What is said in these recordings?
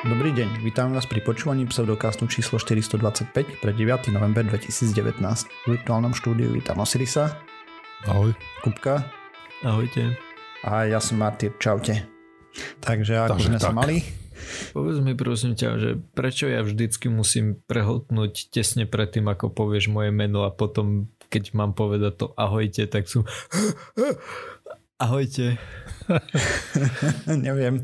Dobrý deň, vítam vás pri počúvaní pseudokastu číslo 425 pre 9. november 2019. V virtuálnom štúdiu vítam Osirisa. Ahoj. Kupka. Ahojte. A ja som Martyr, čaute. Takže ako sme sa mali? Povedz mi prosím ťa, že prečo ja vždycky musím prehltnúť tesne pred tým, ako povieš moje meno a potom, keď mám povedať to ahojte, tak sú ahojte. Neviem.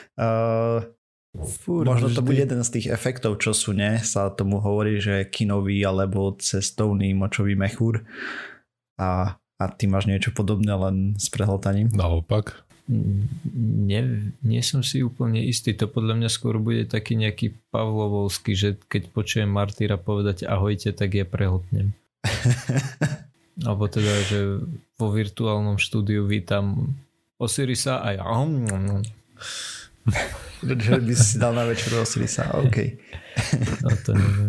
Možno to bude jeden z tých efektov, čo sú, ne? Sa tomu hovorí, že kinový alebo cestovný močový mechúr. A ty máš niečo podobné, len s prehltaním? Naopak. Nie som si úplne istý. To podľa mňa skôr bude taký nejaký pavlovovský, že keď počujem Martyra povedať ahojte, tak ja prehltnem. Alebo teda, že vo virtuálnom štúdiu vítam Osirisa a ja. Že by si dal na večeru Osirisa. OK. No to neviem.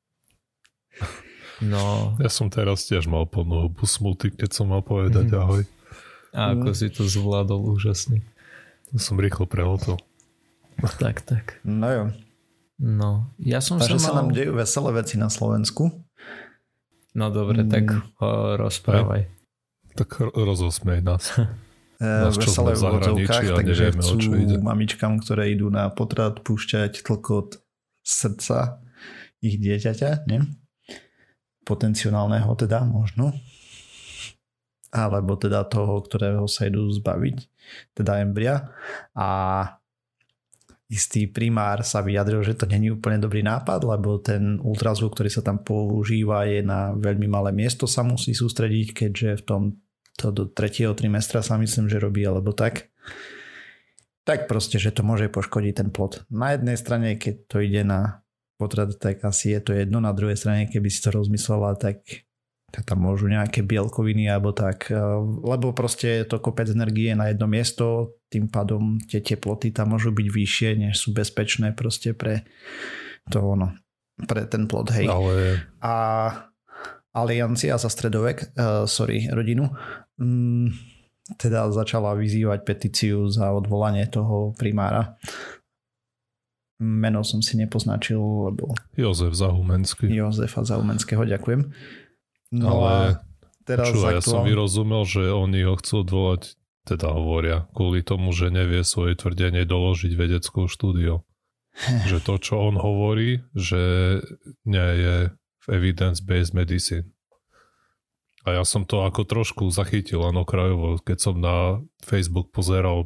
No. Ja som teraz tiež mal plnú hubu smuty, keď som mal povedať ahoj. A ako si to zvládol úžasne. To som rýchlo prehltol. Tak. No jo. No, ja som Takže sa nám dejú veselé veci na Slovensku. No dobre, tak rozprávaj. Tak rozosmej nás. Veselé v vodzovkách, takže chcú čo ide. mamičkám, ktoré idú na potrat, púšťať tlkot srdca ich dieťaťa, ne? Potenciálneho teda možno. Alebo teda toho, ktorého sa idú zbaviť, teda embria. A istý primár sa vyjadril, že to není úplne dobrý nápad, lebo ten ultrazvuk, ktorý sa tam používa, je na veľmi malé miesto, sa musí sústrediť, keďže v tom to do 3. trimestra sa myslím, že robí, alebo tak. Tak proste, že to môže poškodiť ten plod. Na jednej strane, keď to ide na potrat, tak asi je to jedno. Na druhej strane, keby si to rozmyslela, tak tam môžu nejaké bielkoviny alebo tak. Lebo proste je to kopec energie na jedno miesto, tým pádom tie teploty tam môžu byť vyššie, než sú bezpečné proste pre to pre ten plod, hej. Ale... A Aliancia za stredovek, rodinu, teda začala vyzývať petíciu za odvolanie toho primára. Meno som si nepoznačil, lebo... Jozef Zahumenský. Jozefa Zahumenského, ďakujem. No ale teraz ja som vyrozumel, že oni ho chcú odvolať, teda hovoria, kvôli tomu, že nevie svoje tvrdenie doložiť vedeckou štúdiou. Že to, čo on hovorí, že nie je v evidence-based medicine. A ja som to ako trošku zachytil len okrajovo, keď som na Facebook pozeral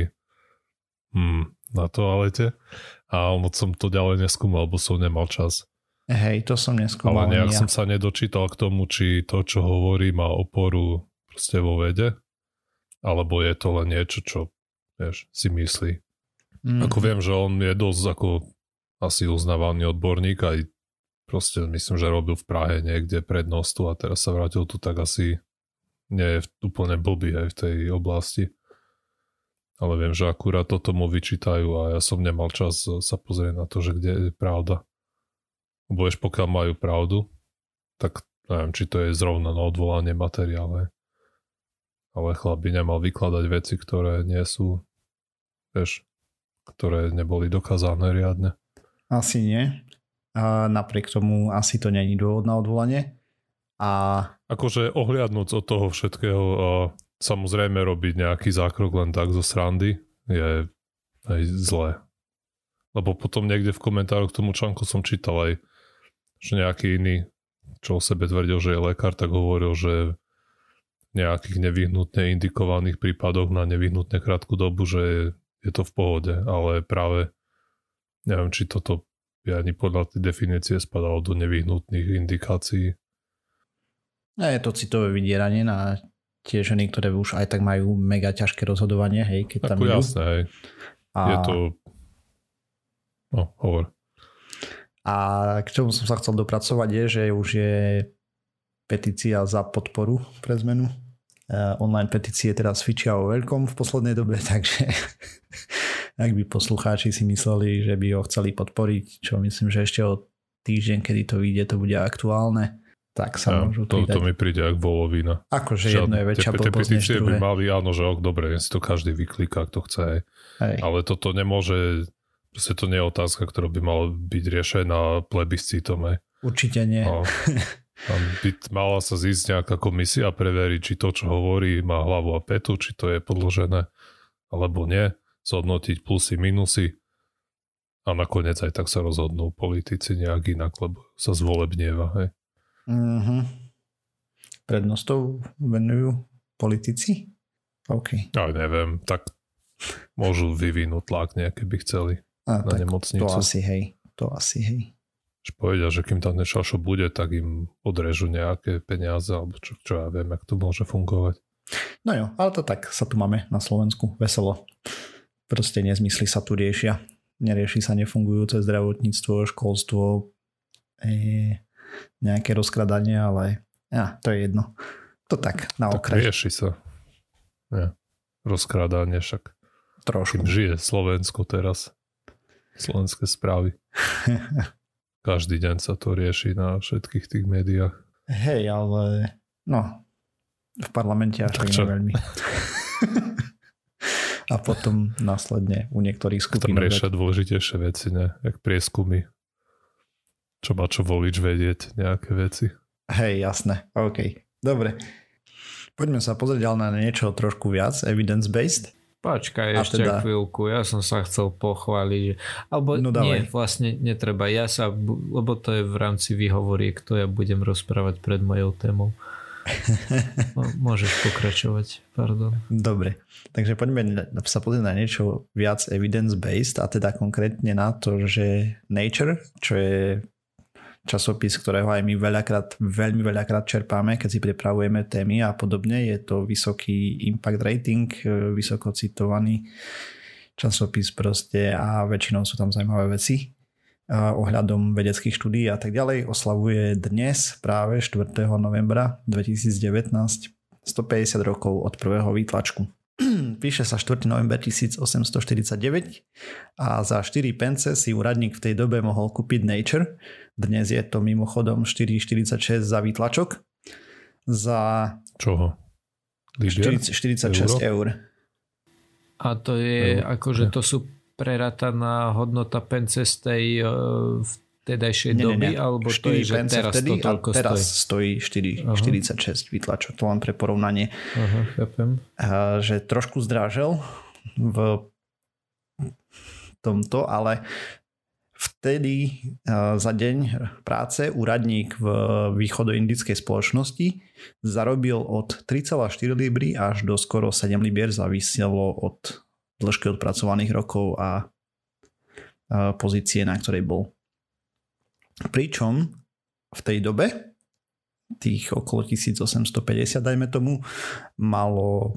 na toalete a moc som to ďalej neskúmal, lebo som nemal čas. Hej, to som neskúmal. Ale nejak som sa nedočítal k tomu, či to, čo hovorí, má oporu proste vo vede, alebo je to len niečo, čo vieš, si myslí. Ako viem, že on je dosť ako asi uznávaný odborník, aj proste myslím, že robil v Prahe niekde prednostu a teraz sa vrátil tu, tak asi nie je úplne blbý aj v tej oblasti. Ale viem, že akurát toto mu vyčítajú a ja som nemal čas sa pozrieť na to, že kde je pravda. Lebo vieš, pokiaľ majú pravdu, tak neviem, či to je zrovna na odvolanie materiále. Ale chlap by nemal vykladať veci, ktoré nie sú, vieš, ktoré neboli dokázané riadne. Asi nie. A napriek tomu asi to není dôvod na odvolanie. A akože ohliadnúc od toho všetkého a samozrejme robiť nejaký zákrok len tak zo srandy je aj zlé. Lebo potom niekde v komentároch k tomu článku som čítal aj, že nejaký iný, čo o sebe tvrdil, že je lekár, tak hovoril, že v nejakých nevyhnutne indikovaných prípadoch na nevyhnutne krátku dobu, že je to v pohode, ale práve neviem, či toto by ani podľa tej definície spadalo do nevyhnutných indikácií. A je to citové vydieranie na tie ženy, ktoré už aj tak majú mega ťažké rozhodovanie, hej, keď tam idú. Jasné, hej. Je to... No, hovor. A k čomu som sa chcel dopracovať je, že už je petícia za podporu pre zmenu. Online petície teraz fičia o veľkom v poslednej dobe, takže ak by poslucháči si mysleli, že by ho chceli podporiť, čo myslím, že ešte o týždeň, kedy to vyjde, to bude aktuálne, tak sa môžu pridať. To mi príde ako volovina. Akože jedno je väčšia blbosť než druhé. Tie petície by mali, áno, že dobre, si to každý vykliká, ak to chce. Hej. Ale toto nemôže Proste to nie je otázka, ktorá by mala byť riešená plebiscitom. Určite nie. No. Mala sa zísť nejaká komisia a preveriť, či to, čo hovorí, má hlavu a petu, či to je podložené, alebo nie. Zhodnotiť plusy, minusy. A nakoniec aj tak sa rozhodnú politici nejak inak, lebo sa zvolebnieva. Hej. Prednostou venujú politici? OK. Ja neviem, tak môžu vyvinúť tlak nejaké by chceli na nemocnicu. To asi hej. Že povedia, že kým tam nečo bude, tak im odrežu nejaké peniaze, alebo čo ja viem, jak to môže fungovať. No jo, ale to tak sa tu máme na Slovensku veselo. Proste nezmysly sa tu riešia. Nerieši sa nefungujúce zdravotníctvo, školstvo, nejaké rozkradanie, ale to je jedno. To tak, na okraj. Tak rieši sa. Ja. Rozkrádanie však. Trošku. Kým žije Slovensko teraz. Slovenské správy. Každý deň sa to rieši na všetkých tých médiách. Hej, ale v parlamente až tak veľmi. A potom následne u niektorých skupín. Tam riešia dôležitejšie veci, ne? Jak prieskumy. Čo má čo volič vedieť, nejaké veci. Hej, jasné. OK. Dobre. Poďme sa pozrieť ale na niečo trošku viac evidence-based. Počkaj ešte chvíľku, ja som sa chcel pochváliť. Alebo nie, vlastne netreba. Lebo to je v rámci výhovoriek, to ja budem rozprávať pred mojou témou. Môžeš pokračovať, pardon. Dobre, takže poďme sa pozrieť na niečo viac evidence-based a teda konkrétne na to, že Nature, čo je časopis, ktorého aj my veľmi veľakrát čerpáme, keď si pripravujeme témy a podobne, je to vysoký impact rating, vysoko citovaný časopis proste a väčšinou sú tam zaujímavé veci ohľadom vedeckých štúdií a tak ďalej. Oslavuje dnes práve 4. novembra 2019 150 rokov od prvého výtlačku. Píše sa 4. november 1849 a za 4 pence si úradník v tej dobe mohol kúpiť Nature. Dnes je to mimochodom 4,46 za výtlačok. Za čoho? 46 eur. A to je akože to sú prerataná hodnota pence z tej vtedajšej doby, alebo to je, že teraz vtedy, to toľko stojí 4,46 výtlačok, to len pre porovnanie. Chápem. Že trošku zdrážel v tomto, ale vtedy za deň práce úradník v východoindickej spoločnosti zarobil od 3,4 libry až do skoro 7 libier, záviselo od dĺžky odpracovaných rokov a pozície, na ktorej bol. Pričom v tej dobe, tých okolo 1850, dajme tomu, malo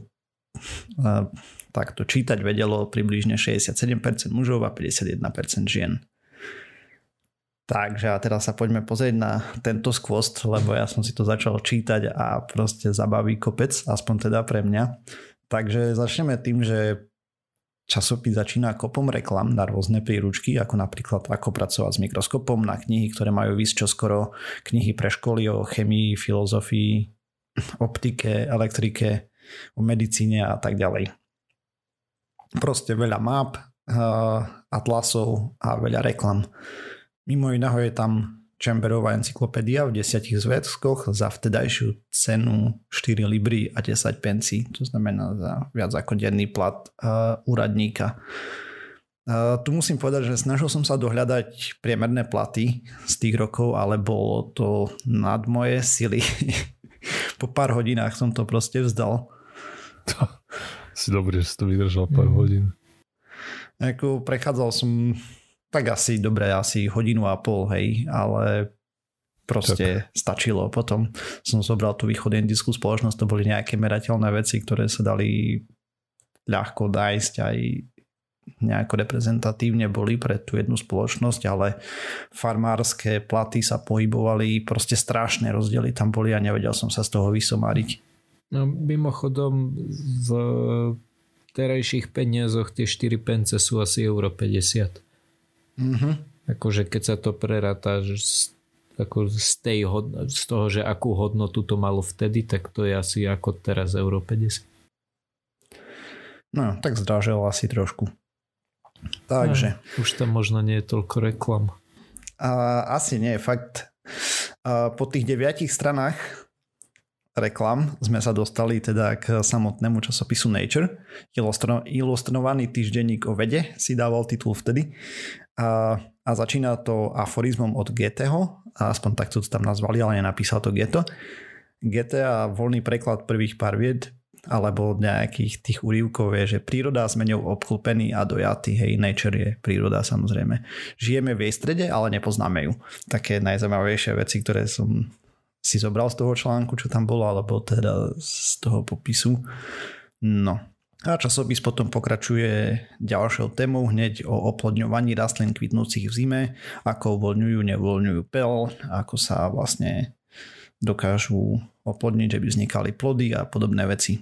takto čítať vedelo približne 67% mužov a 51% žien. Takže a teraz sa poďme pozrieť na tento skvost, lebo ja som si to začal čítať a proste zabaví kopec, aspoň teda pre mňa. Takže začneme tým, že časopis začína kopom reklam na rôzne príručky, ako napríklad ako pracovať s mikroskopom, na knihy, ktoré majú výsť čoskoro, knihy pre školy o chemii, filozofii, optike, elektrike, o medicíne a tak ďalej. Proste veľa map, atlasov a veľa reklam. Mimo iného je tam Chamberová encyklopédia v 10 zväzkoch za vtedajšiu cenu 4 libry a 10 pencí. To znamená za viac ako denný plat úradníka. Tu musím povedať, že snažil som sa dohľadať priemerné platy z tých rokov, ale bolo to nad moje sily. Po pár hodinách som to proste vzdal. Si dobrý, že si to vydržal pár hodín. Prechádzal som tak asi hodinu a pol, hej, ale proste stačilo. Potom som zobral tú východoindickú spoločnosť, to boli nejaké merateľné veci, ktoré sa dali ľahko nájsť, aj nejako reprezentatívne boli pre tú jednu spoločnosť, ale farmárske platy sa pohybovali, proste strašné rozdiely tam boli a nevedel som sa z toho vysomáriť. No mimochodom v terajších peniazoch tie 4 pence sú asi euro 50. Akože keď sa to preráta ako z toho, že akú hodnotu to malo vtedy, tak to je asi ako teraz euro 50. No, tak zdrážel asi trošku. Takže. Už tam možno nie je toľko reklam. Asi nie, fakt. Po tých 9 stranách reklam sme sa dostali teda k samotnému časopisu Nature. Ilustrovaný týždenník o vede si dával titul vtedy. A začína to aforizmom od Goetheho, aspoň takto to tam nazvali, ale nenapísal to Goethe. Goethe a voľný preklad prvých pár vied alebo nejakých tých úryvkov je, že príroda s meňou obklopený a dojatý, hej, nature je príroda samozrejme. Žijeme v jej strede, ale nepoznáme ju. Také najzaujímavejšie veci, ktoré som si zobral z toho článku, čo tam bolo, alebo teda z toho popisu. No. A časopis potom pokračuje ďalšou témou hneď o oplodňovaní rastlín kvitnúcich v zime, ako uvoľňujú, neuvoľňujú pel, ako sa vlastne dokážu oplodniť, že by vznikali plody a podobné veci.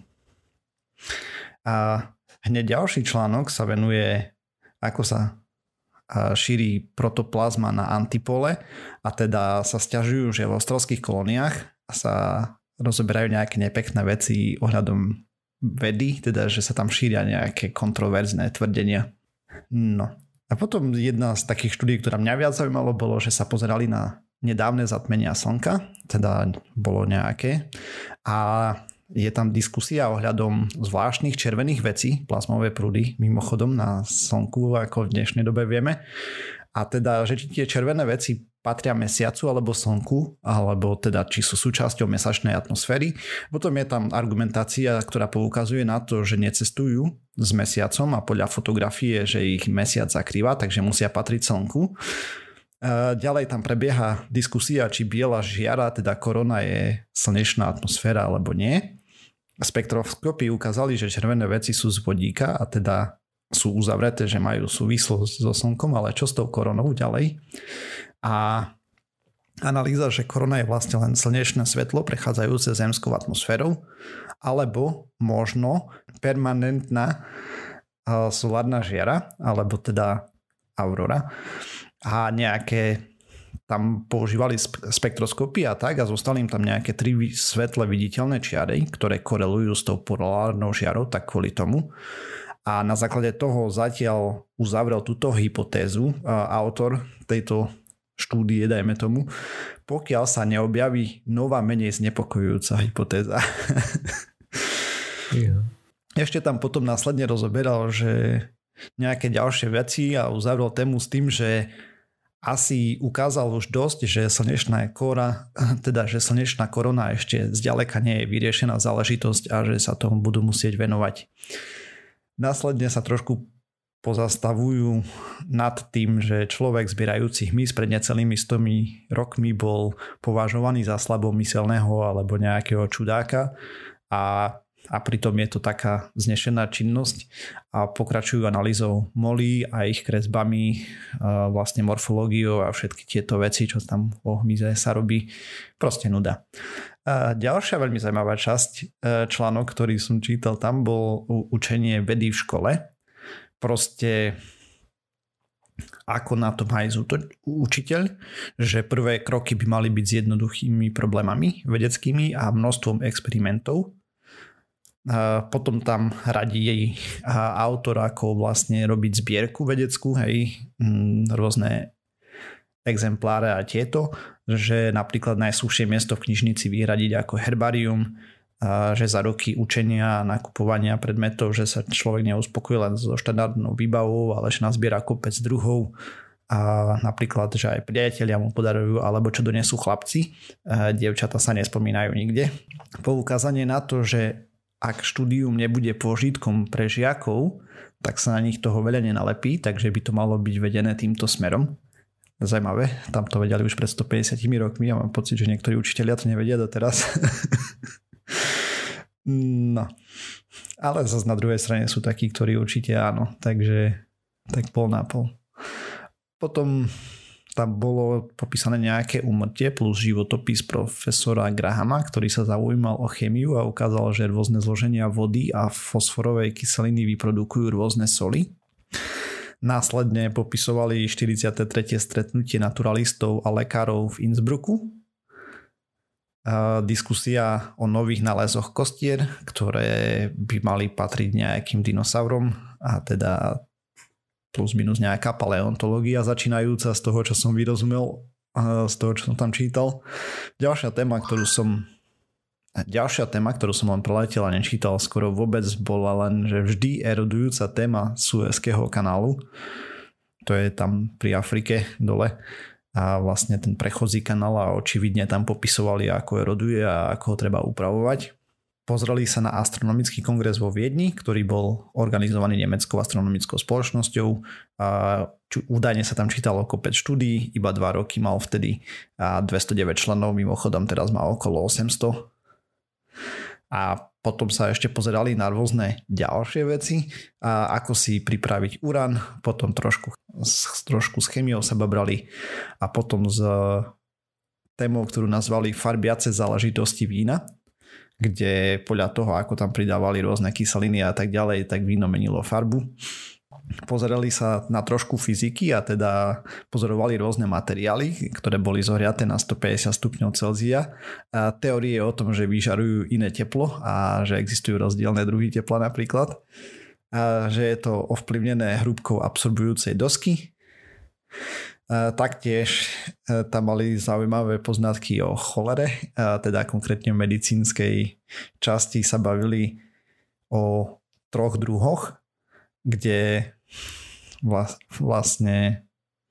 A hneď ďalší článok sa venuje, ako sa šíri protoplazma na antipole a teda sa sťažujú, že v austrálskych kolóniách sa rozoberajú nejaké nepekné veci ohľadom vedy, teda že sa tam šíria nejaké kontroverzné tvrdenia. No. A potom jedna z takých štúdií, ktorá mňa viac zaujímalo, bolo, že sa pozerali na nedávne zatmenia slnka, teda bolo nejaké. A je tam diskusia ohľadom zvláštnych červených vecí, plazmové prúdy, mimochodom na slnku, ako v dnešnej dobe vieme. A teda, že či tie červené veci patria mesiacu alebo slnku, alebo teda či sú súčasťou mesačnej atmosféry. Potom je tam argumentácia, ktorá poukazuje na to, že necestujú s mesiacom a podľa fotografie, že ich mesiac zakrýva, takže musia patriť slnku. Ďalej tam prebieha diskusia, či biela žiara, teda korona, je slnečná atmosféra alebo nie. Spektroskopy ukázali, že červené veci sú z vodíka a teda sú uzavreté, že majú súvislosť so slnkom, ale čo s tou koronou ďalej? A analýza, že korona je vlastne len slnečné svetlo prechádzajúce zemskou atmosférou, alebo možno permanentná solárna žiara, alebo teda aurora. A nejaké tam používali spektroskopy a tak a zostali im tam nejaké 3 svetle viditeľné čiary, ktoré korelujú s tou polárnou žiarou, tak kvôli tomu. A na základe toho zatiaľ uzavrel túto hypotézu autor tejto štúdie, dajme tomu, pokiaľ sa neobjaví nová, menej znepokojujúca hypotéza. Yeah. Ešte tam potom následne rozoberal, že nejaké ďalšie veci a uzavrel tému s tým, že asi ukázal už dosť, že slnečná korona ešte zďaleka nie je vyriešená záležitosť a že sa tomu budú musieť venovať. Následne sa trošku pozastavujú nad tým, že človek zbierajúci hmyz pred necelými 100 rokmi bol považovaný za slabomyselného alebo nejakého čudáka a pritom je to taká vznešená činnosť a pokračujú analýzou molí a ich kresbami, vlastne morfológiou a všetky tieto veci, čo tam o hmyze sa robí, proste nuda. A ďalšia veľmi zaujímavá časť, článok, ktorý som čítal, tam bol učenie vedy v škole. Proste ako na to má ísť učiteľ, že prvé kroky by mali byť s jednoduchými problémami vedeckými a množstvom experimentov. Potom tam radí jej autor, ako vlastne robiť zbierku vedeckú, hej, rôzne exempláre a tieto, že napríklad najsúšie miesto v knižnici vyhradiť ako herbarium, že za roky učenia a nakupovania predmetov, že sa človek neuspokojí len so štandardnou výbavou, ale že nazbiera kopec druhov a napríklad, že aj priatelia mu podarujú, alebo čo donesú chlapci, dievčata sa nespomínajú nikde. Poukázanie na to, že ak štúdium nebude pôžitkom pre žiakov, tak sa na nich toho veľa nenalepí, takže by to malo byť vedené týmto smerom. Zajímavé, tam to vedeli už pred 150 rokmi a mám pocit, že niektorí učitelia to nevedia doteraz. No, ale zase na druhej strane sú takí, ktorí určite áno, takže tak pol na pol. Potom tam bolo popísané nejaké úmrtie plus životopis profesora Grahama, ktorý sa zaujímal o chémiu a ukázal, že rôzne zloženia vody a fosforovej kyseliny vyprodukujú rôzne soli. Následne popisovali 43. stretnutie naturalistov a lekárov v Innsbrucku. Diskusia o nových nálezoch kostier, ktoré by mali patriť nejakým dinosaurom a teda plus minus nejaká paleontológia začínajúca z toho, čo som vyrozumel, z toho, čo som tam čítal. Ďalšia téma, ktorú som len preletel a nečítal skoro vôbec, bola len, že vždy erodujúca téma Suezského kanálu. To je tam pri Afrike dole. A vlastne ten prechodzí kanál a očividne tam popisovali, ako eroduje a ako ho treba upravovať. Pozreli sa na astronomický kongres vo Viedni, ktorý bol organizovaný Nemeckou astronomickou spoločnosťou. Údajne sa tam čítalo kopec štúdií, iba 2 roky mal vtedy a 209 členov, mimochodom teraz má okolo 800. A potom sa ešte pozerali na rôzne ďalšie veci, ako si pripraviť uran, potom trošku s chemiou sa babrali a potom s témou, ktorú nazvali farbiace záležitosti vína, kde podľa toho, ako tam pridávali rôzne kyseliny a tak ďalej, tak víno menilo farbu. Pozerali sa na trošku fyziky a teda pozorovali rôzne materiály, ktoré boli zohriaté na 150 stupňov Celzia. A teórie o tom, že vyžarujú iné teplo a že existujú rozdielne druhy tepla napríklad. A že je to ovplyvnené hrúbkou absorbujúcej dosky. Taktiež tam mali zaujímavé poznatky o cholere, teda konkrétne v medicínskej časti sa bavili o 3 druhoch, kde vlastne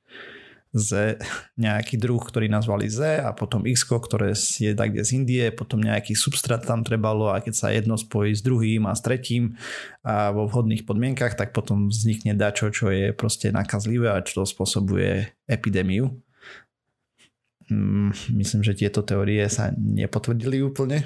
nejaký druh, ktorý nazvali Z a potom X, ktoré je tak kde z Indie, potom nejaký substrát tam trebalo a keď sa jedno spojí s druhým a s tretím a vo vhodných podmienkach, tak potom vznikne dačo, čo je proste nakazlivé a čo to spôsobuje epidémiu. Myslím, že tieto teórie sa nepotvrdili úplne.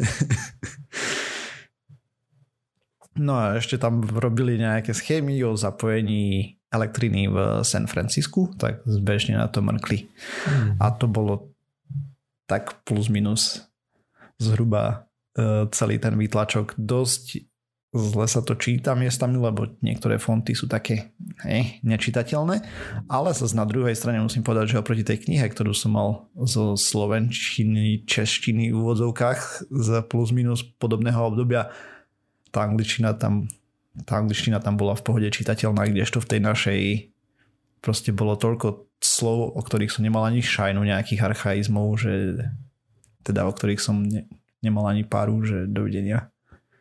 No a ešte tam robili nejaké schémy o zapojení elektriny v San Francisku, tak zbežne na to mrkli. A to bolo tak plus minus zhruba celý ten výtlačok. Dosť zle sa to číta miestami, lebo niektoré fonty sú také nečitateľné, ale zase na druhej strane musím povedať, že oproti tej knihe, ktorú som mal zo slovenčiny, češtiny v úvodzovkách z plus minus podobného obdobia, tá angličtina tam bola v pohode čitateľná, kdežto v tej našej proste bolo toľko slov, o ktorých som nemal ani šajnu nejakých archaizmov, že teda o ktorých som nemal ani páru, že dovidenia.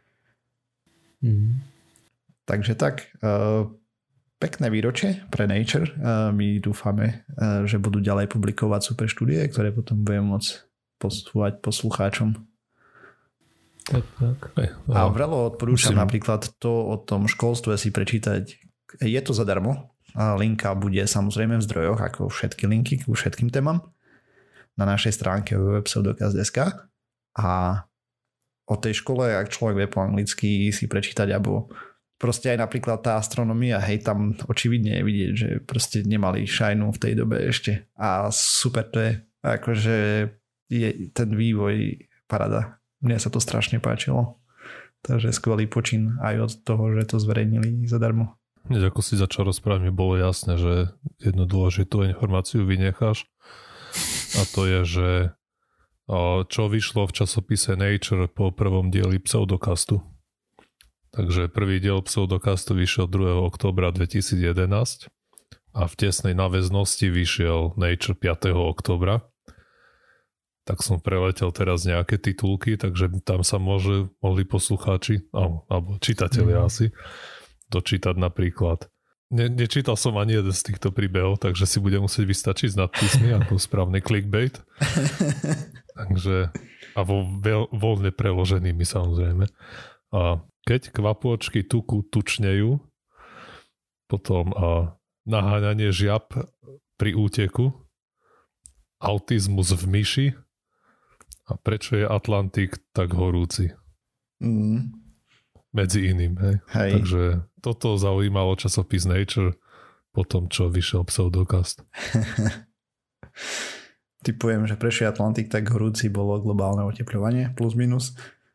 Takže tak, pekné výročie pre Nature. My dúfame, že budú ďalej publikovať super štúdie, ktoré potom budeme môcť posúvať poslucháčom. Tak. A vrelo odporúčam napríklad to o tom školstve si prečítať. Je to zadarmo. Linka bude samozrejme v zdrojoch, ako všetky linky ku všetkým témam na našej stránke www.pseudokaz.sk a o tej škole, ak človek vie po anglicky si prečítať, alebo proste aj napríklad tá astronomia, hej, tam očividne je vidieť, že proste nemali šajnu v tej dobe ešte a super to je, akože je ten vývoj parada. Mne sa to strašne páčilo. Takže skvelý počin aj od toho, že to zverejnili zadarmo. Hneď ako si začal rozprávať, mi bolo jasné, že jednu dôležitú informáciu vynecháš a to je, že čo vyšlo v časopise Nature po prvom dieli Pseudokastu. Takže prvý diel Pseudokastu vyšiel 2. októbra 2011 a v tesnej náväznosti vyšiel Nature 5. októbra. Tak som preletel teraz nejaké titulky, takže tam sa mohli poslucháči, alebo čitatelia asi, dočítať napríklad. Nečítal som ani jeden z týchto príbehov, takže si budem musieť vystačiť s nadpísmi ako správny clickbait. Takže, a voľne preloženými samozrejme. A keď kvapôčky tuku tučnejú, potom naháňanie žiab pri úteku, autizmus v myši, a prečo je Atlantik tak horúci? Medzi iným. Hej. Takže toto zaujímalo časopis Nature po tom, čo vyšiel Pseudokast. Typujem, že prečo je Atlantik tak horúci bolo globálne otepľovanie plus minus.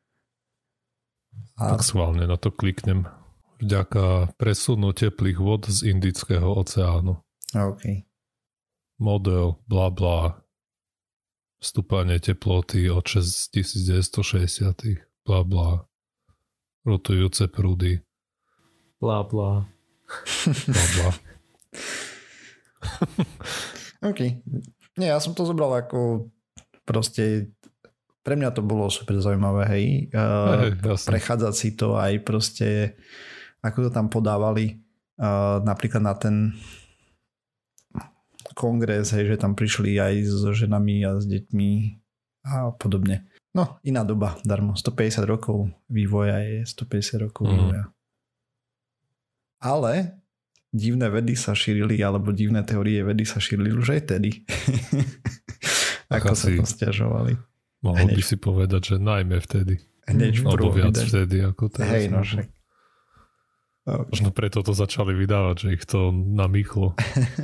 Tak schválne na to kliknem. Vďaka presunu teplých vod z Indického oceánu. OK. Model bla bla. Stúpanie teploty od 1960. Bla bla. Rotujúce prúdy. Bla bla. Bla bla. OK. Nie, ja som to zobral ako proste pre mňa to bolo super zaujímavé, hej. Prechádzať si to aj proste ako to tam podávali napríklad na ten kongres, hej, že tam prišli aj so ženami a s deťmi a podobne. No, iná doba, darmo. 150 rokov vývoja je 150 rokov vývoja. Ale divné vedy sa šírili, alebo divné teórie vedy sa šírili už aj tedy. Ako sa to sťažovali. Mohol by si povedať, že najmä vtedy. Alebo viac vtedy ako teraz. Hej, no však. Možno preto to začali vydávať, že ich to namýchlo.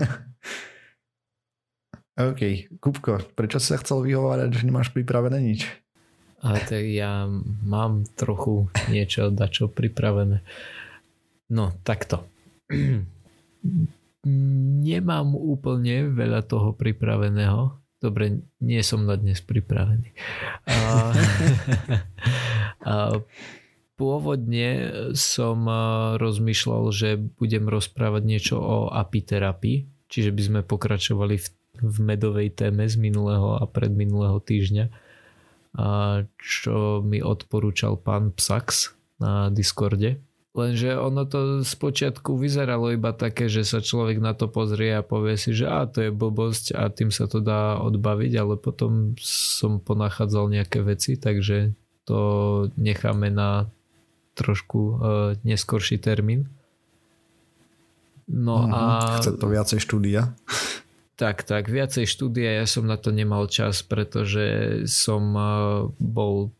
OK. Kupko, prečo si sa chcel vyhovárať, že nemáš pripravené nič? A tak ja mám trochu niečo dačo pripravené. No, takto. Nemám úplne veľa toho pripraveného. Dobre, nie som na dnes pripravený. Pôvodne som rozmýšľal, že budem rozprávať niečo o apiterapii, čiže by sme pokračovali v medovej téme z minulého a predminulého týždňa, čo mi odporúčal pán Psax na Discorde. Lenže ono to spočiatku vyzeralo iba také, že sa človek na to pozrie a povie si, že to je blbosť a tým sa to dá odbaviť, ale potom som ponachádzal nejaké veci, takže to necháme na trošku neskorší termín. No a... Chce to viacej štúdia? Tak, viacej štúdia, ja som na to nemal čas, pretože som bol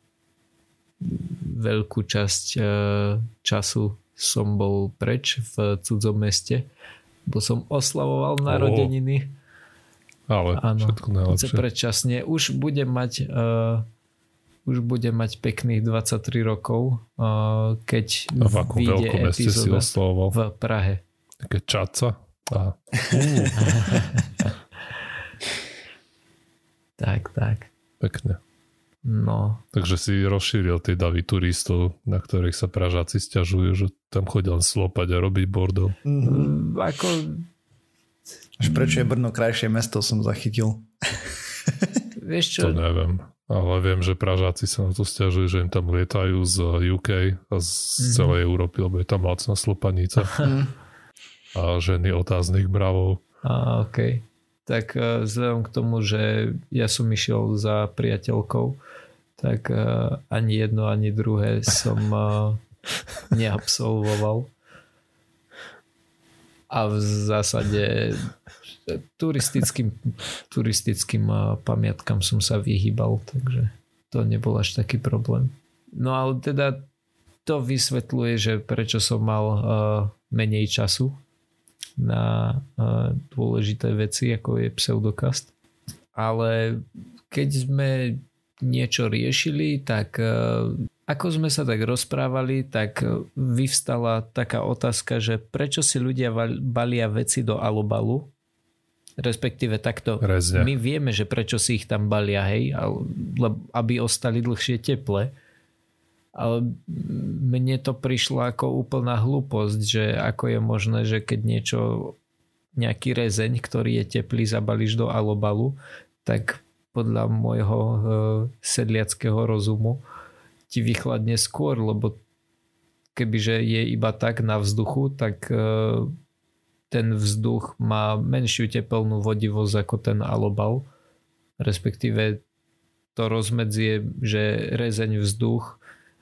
veľkú časť času som bol preč v cudzom meste, bo som oslavoval narodeniny. Ale všetko najlepšie. Predčasne. Už budem mať pekných 23 rokov, keď vyjde epizóda v Prahe. Také Čaca? Tak. Pekne. No. Takže si rozšíril tie davy turistov, na ktorých sa Pražáci sťažujú, že tam chodia len slopať a robiť bordel. Až prečo je Brno krajšie mesto, som zachytil. Vieš čo? To neviem. Ale viem, že Pražáci sa na to sťažujú, že im tam lietajú z UK a z celej Európy, lebo je tam lacná slopanica. A ženy otáznych mravov. OK. Tak vzhľadom k tomu, že ja som išiel za priateľkou, tak ani jedno, ani druhé som neabsolvoval. A v zásade turistickým pamiatkám som sa vyhýbal, takže to nebol až taký problém. No ale teda to vysvetľuje, že prečo som mal menej času na dôležité veci, ako je Pseudokast. Ale keď sme niečo riešili, tak ako sme sa tak rozprávali, tak vyvstala taká otázka, že prečo si ľudia balia veci do alobalu, respektíve takto. Rezne. My vieme, že prečo si ich tam balia, hej, aby ostali dlhšie teple. Ale mne to prišlo ako úplná hlúposť, že ako je možné, že keď nejaký rezeň, ktorý je teplý, zabalíš do alobalu, tak podľa môjho sedliackého rozumu ti vychladne skôr, lebo kebyže je iba tak na vzduchu, tak ten vzduch má menšiu tepelnú vodivosť ako ten alobal, respektíve to rozmedzie, že rezeň vzduch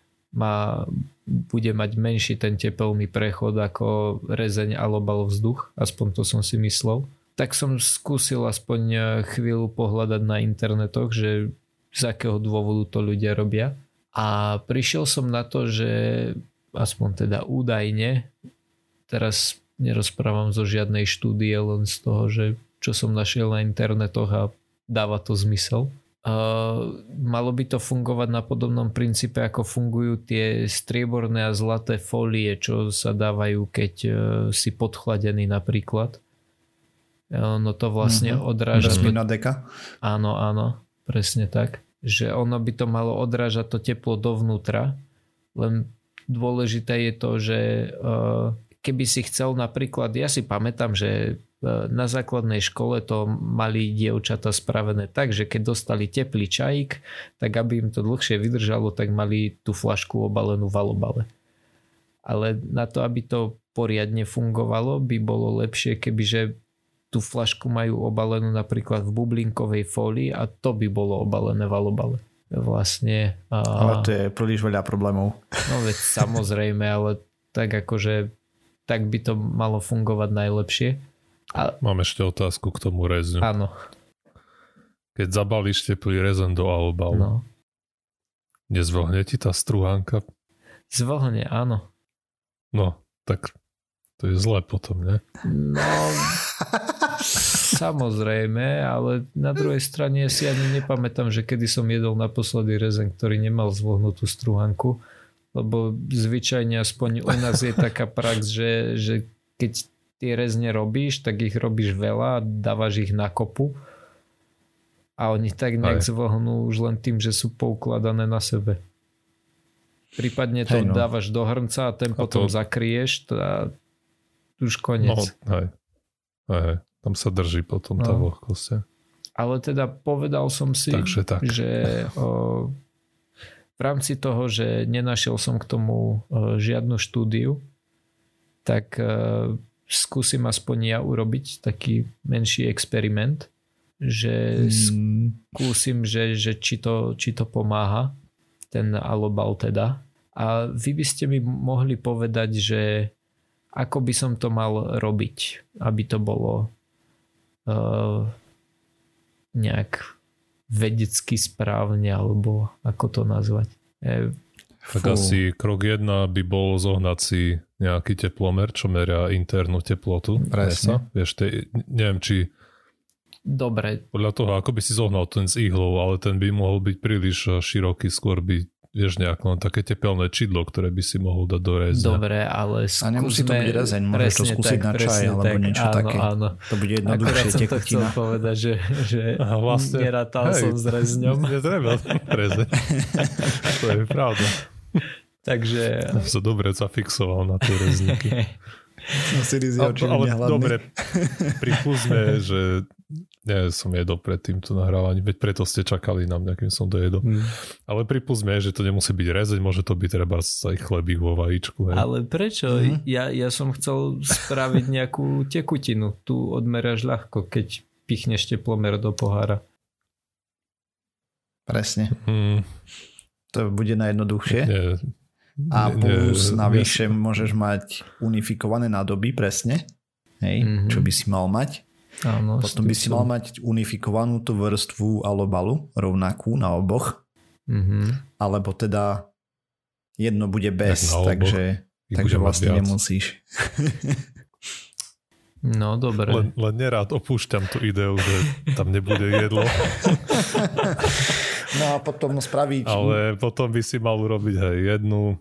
bude mať menší ten tepelný prechod ako rezeň alobal vzduch, aspoň to som si myslel. Tak som skúsil aspoň chvíľu pohľadať na internetoch, že z akého dôvodu to ľudia robia. A prišiel som na to, že aspoň teda údajne, teraz nerozprávam zo žiadnej štúdie, len z toho, že čo som našiel na internetoch a dáva to zmysel. Malo by to fungovať na podobnom princípe, ako fungujú tie strieborné a zlaté fólie, čo sa dávajú, keď si podchladený napríklad. No to vlastne odráža... Jasmina deka? Áno, presne tak. Že ono by to malo odrážať to teplo dovnútra, len dôležité je to, že keby si chcel napríklad, ja si pamätám, že na základnej škole to mali dievčatá spravené tak, že keď dostali teplý čajík, tak aby im to dlhšie vydržalo, tak mali tú flašku obalenú v alobale. Ale na to, aby to poriadne fungovalo, by bolo lepšie, kebyže tú flašku majú obalenú napríklad v bublinkovej fólii a to by bolo obalené v alobale. Vlastne. Ale to je príliš veľa problémov. No veď samozrejme, ale tak akože tak by to malo fungovať najlepšie. Mám ešte otázku k tomu rezňu. Áno. Keď zabalíš teplý rezen do alobalu, nezvlhne ti tá strúhanka? Zvlhne, áno. No, tak to je zlé potom, ne? No, samozrejme, ale na druhej strane si ani nepamätám, že kedy som jedol naposledy rezen, ktorý nemal zvlhnutú strúhanku, lebo zvyčajne aspoň u nás je taká prax, že keď tie rezne robíš, tak ich robíš veľa a dávaš ich na kopu a oni tak nejak zvlhnú už len tým, že sú poukladané na sebe. Prípadne to dávaš do hrnca a ten potom zakrieš a už koniec. No, hej. Tam sa drží potom tá vlhkosť. Ale teda povedal som si, že v rámci toho, že nenašiel som k tomu žiadnu štúdiu, tak skúsim aspoň ja urobiť taký menší experiment, že skúsim, že či to pomáha, ten alobal teda. A vy by ste mi mohli povedať, že ako by som to mal robiť, aby to bolo nejak vedecky správne, alebo ako to nazvať. Tak asi krok 1 by bol zohnať si nejaký teplomer, čo meria internú teplotu. Presne. Vieš, neviem, či dobre. Podľa toho, ako by si zohnal ten s ihlou, ale ten by mohol byť príliš široký, skôr by vieš nejak len také tepelné čidlo, ktoré by si mohol dať do rezňa. Dobre, ale skúsme... A nemusí to byť rezeň, môžeš to skúsiť na čaj alebo niečo také. Áno. To bude jednoduchšie tekutina. Akorát som to chcel povedať, že vlastne, nerátal som s rezňom. Netreba rezeň. To je pravda. Takže... Som dobre zafixoval na tie rezníky. Ale dobre, pripúsme, že som jedol pred týmto nahrávaním, veď preto ste čakali na mňa, kým som dojedol. Ale pripúsme, že to nemusí byť rezeň, môže to byť treba aj chlebík vo vajíčku. Hej. Ale prečo? Ja som chcel spraviť nejakú tekutinu. Tu odmeráš ľahko, keď pichneš teplomer do pohára. Presne. To bude najjednoduchšie. A plus navyše môžeš mať unifikované nádoby, presne. Hej, čo by si mal mať. Áno, potom by si mal mať unifikovanú tú vrstvu alobalu, rovnakú na oboch. Alebo teda jedno bude bez, takže vlastne nemusíš. No, dobre. Len nerád opúšťam tú ideu, že tam nebude jedlo. No a potom spraviť... Ale potom by si mal urobiť jednu.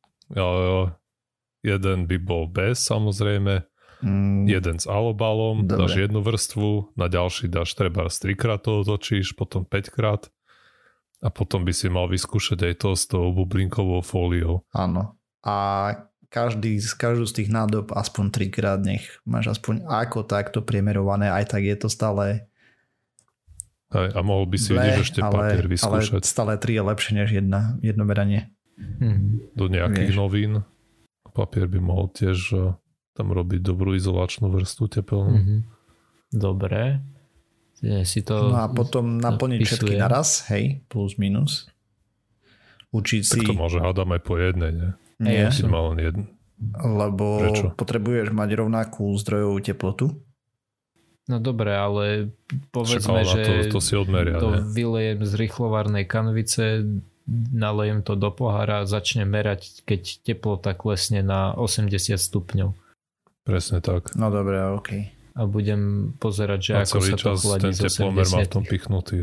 Jeden by bol bez, samozrejme. Jeden s alobalom, dáš jednu vrstvu, na ďalší dáš treba 3-krát to otočíš, potom 5-krát a potom by si mal vyskúšať aj to s tou bublinkovou fóliou. Áno. A každú z tých nádob aspoň 3-krát nech máš aspoň ako takto priemerované, aj tak je to stále... A mohol by si vidieť ešte papier vyskúšať. Ale stále 3 je lepšie než jedno meranie. Do nejakých novín. Papier by mohol tiež... tam robiť dobrú izolačnú vrstvu tepelnú. Dobre. Si to no a potom naplniť všetky naraz, hej, plus minus. Učiť si... Tak to môže hádam aj po jednej, nie? Nie. Si mal len jednu. Lebo prečo? Potrebuješ mať rovnakú zdrojovú teplotu. No dobre, ale povedzme, že to si odmeria, to vylejem z rýchlovárnej kanvice, nalejem to do pohára a začnem merať, keď teplota klesne na 80 stupňov. Presne tak. No dobré, okej. A budem pozerať, že ako sa to chladí z 80. Ten teplomer má v tom pichnutý.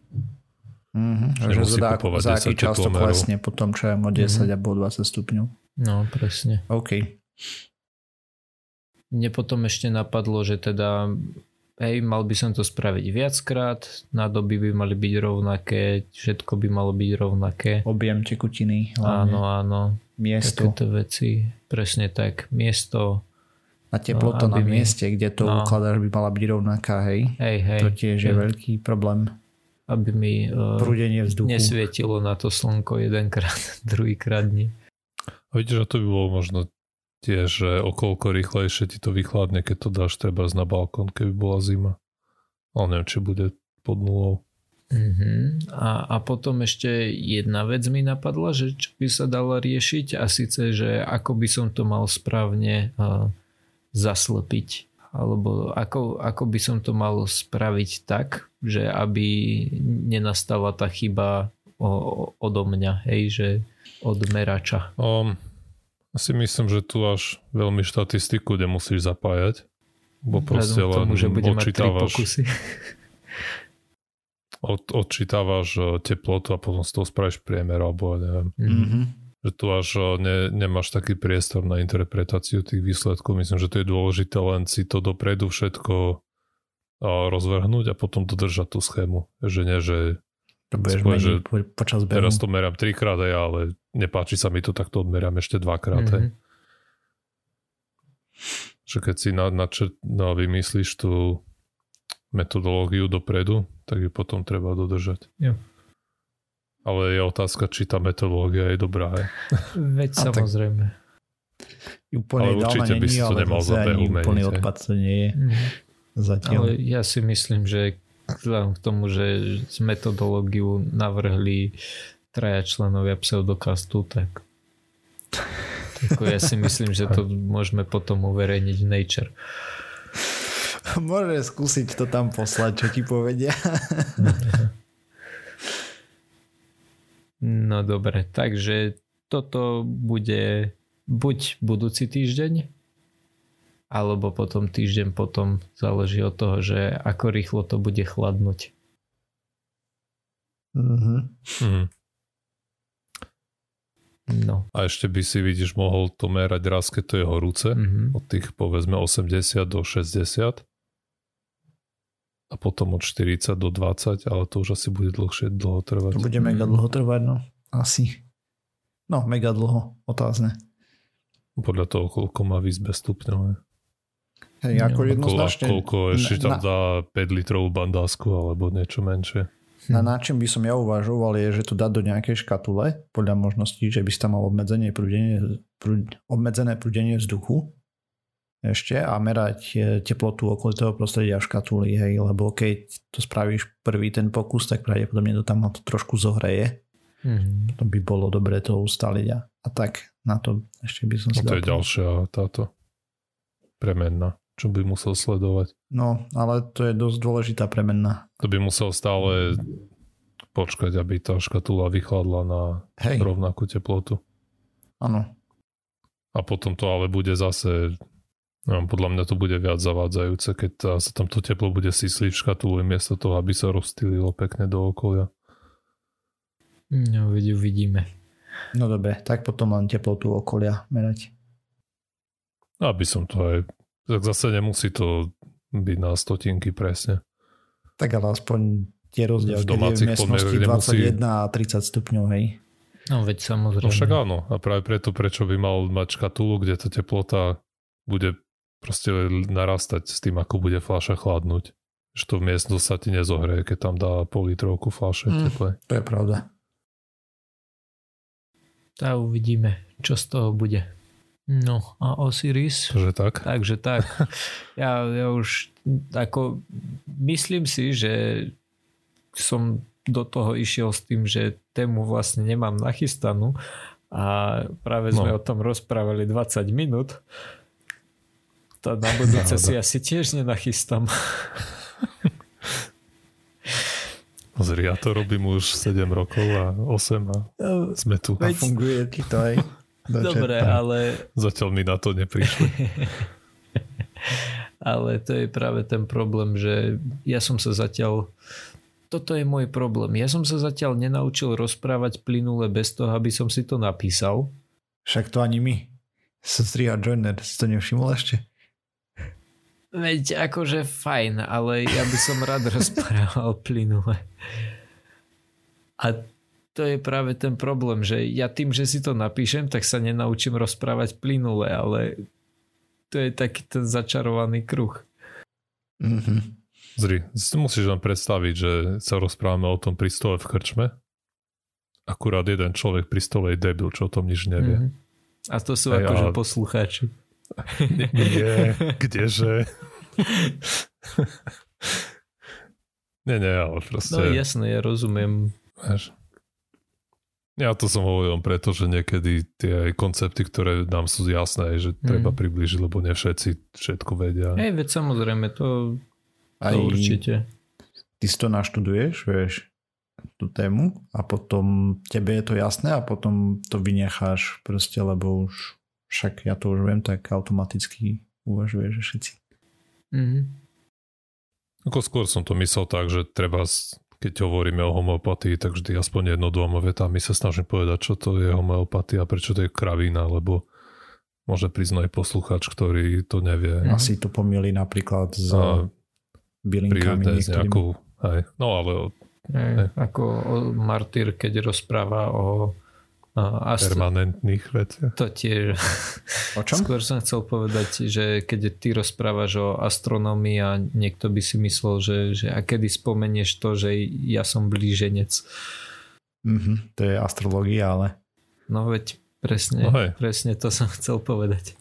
Že za aký čas to klesne potom, čo je o 10 alebo 20 stupňov. No, presne. OK. Mne potom ešte napadlo, že teda mal by som to spraviť viackrát, nádoby by mali byť rovnaké, všetko by malo byť rovnaké. Objem tekutiny. Áno. Miesto. Takéto veci. Presne tak. Miesto, A teplota na mieste, kde to ukladáš, by mala byť rovnaká, hej? Hej. To tiež je veľký problém. Aby mi prúdenie vzduchu nesvietilo na to slnko jedenkrát, druhýkrát nie. A vidíš, že to by bolo možno tiež, že okolko rýchlejšie ti to vychladne, keď to dáš treba na balkón, keby bola zima. Ale neviem, či bude pod nulou. A potom ešte jedna vec mi napadla, že čo by sa dala riešiť, a síce, že ako by som to mal správne zaslepiť, alebo ako by som to mal spraviť tak, že aby nenastala tá chyba odo mňa, hej, že od merača. Si myslím, že tu až veľmi štatistiku nemusíš zapájať, bo proste len tomu, že budem mať 3 pokusy. Odčítavaš teplotu a potom z toho spravíš priemer, alebo neviem. Že tu až nemáš taký priestor na interpretáciu tých výsledkov. Myslím, že to je dôležité len si to dopredu všetko rozvrhnúť a potom dodržať tú schému. Že nie, že to budeš meniť počas behu. Teraz to merám 3-krát, ale nepáči sa mi to, tak to odmerám ešte 2-krát. Že keď si vymyslíš tú metodológiu dopredu, tak ju potom treba dodržať. Jo. Ale je otázka, či tá metodológia je dobrá. Veď samozrejme. Úplne ale určite by si to nemal za behu meniť. Úplný odpad to nie je. Zatiaľ. Ale ja si myslím, že k tomu, že z metodológiu navrhli 3 členovia pseudokastu, tak ja si myslím, že to môžeme potom uverejniť v Nature. Môže skúsiť to tam poslať, čo ti povedia. No dobre, takže toto bude buď budúci týždeň, alebo potom týždeň potom, záleží od toho, že ako rýchlo to bude chladnúť. No. A ešte by si, vidíš, mohol to merať raz, keď to je horúce, od tých povedzme 80 do 60 a potom od 40 do 20, ale to už asi bude dlho trvať. To bude mega dlho trvať, no. Asi. No, mega dlho, otázne. Podľa toho, koľko má v izbe stupňov. Hej, ako jednoznačne. Koľko ešte tam dá 5 litrovú bandásku alebo niečo menšie. Na čím by som ja uvažoval je, že to dať do nejakej škatule, podľa možností, že by si tam mal obmedzené prúdenie vzduchu ešte a merať teplotu okolitého prostredia v škatuli, hej, lebo keď to spravíš prvý ten pokus, tak pravdepodobne to tam to trošku zohreje. To by bolo dobre to ustaliť a tak na to ešte by som si dal. To je ďalšia táto premenná, čo by musel sledovať. No, ale to je dosť dôležitá premenná. To by musel stále počkať, aby tá škatula vychladla na rovnakú teplotu. Áno. A potom to ale bude zase, podľa mňa to bude viac zavádzajúce, keď sa tam to teplo bude sísliť v škatuli miesto toho, aby sa rozstýlilo pekne do okolia. No, uvidíme. No dobre, tak potom len teplotu okolia merať. Aby som to aj... Tak zase nemusí to byť na stotinky presne. Tak ale aspoň tie rozdiel, keď je v miestnosti 21 a 30 stupňov, hej. No veď samozrejme. No však áno. A práve preto, prečo by mal mať škatulu, kde tá teplota bude proste narastať s tým, ako bude fľaša chladnúť. Že to v miestnosti sa ti nezohreje, keď tam dá pol litrovku fľaše teplej. To je pravda. Tak uvidíme, čo z toho bude. No a Osiris? Takže tak. Ja už ako myslím si, že som do toho išiel s tým, že tému vlastne nemám nachystanú a práve sme o tom rozprávali 20 minút. To na budúce si asi tiež nenachystám. Zri, ja to robím už 7 rokov a 8 a sme tu. A funguje ti to aj. Dobre, ale... Zatiaľ mi na to neprišli. Ale to je práve ten problém, že ja som sa zatiaľ... Toto je môj problém. Ja som sa zatiaľ nenaučil rozprávať plynule bez toho, aby som si to napísal. Však to ani my. Striha Joiner, si to nevšimol ešte? Veď akože fajn, ale ja by som rád rozprával plynule. A to je práve ten problém, že ja tým, že si to napíšem, tak sa nenaučím rozprávať plynule, ale To je taký ten začarovaný kruh. Mm-hmm. Zri, si musíš len predstaviť, že sa rozprávame o tom pri stole v krčme. Akurát jeden človek pri stole je debil, čo o tom nič nevie. Mm-hmm. A to sú akože poslucháči. Nie, kdeže? Nie, ale proste... No jasné, ja rozumiem. Vieš, ja to som hovoril preto, že niekedy tie koncepty, ktoré nám sú jasné, že treba priblížiť, lebo ne všetci všetko vedia. Veď samozrejme, to určite. Ty si to naštuduješ, vieš, tú tému a potom tebe je to jasné a potom to vynecháš proste, lebo už však ja to už viem, tak automaticky uvažuješ, že všetci. Ako skôr som to myslel tak, že treba... Keď hovoríme o homeopatii, tak vždy aspoň jedno, dvoma vetami sa snažím povedať, čo to je homeopatia, prečo to je kravina, lebo môže prísť aj poslucháč, ktorý to nevie. Asi to pomýli napríklad s bylinkami niektorými. No ale... Ako Martyr, keď rozpráva o permanentných veciach. To tiež. O čom? Skôr som chcel povedať, že keď ty rozprávaš o astronómii a niekto by si myslel, že a kedy spomenieš to, že ja som blíženec. To je astrológia, ale... No veď presne to som chcel povedať.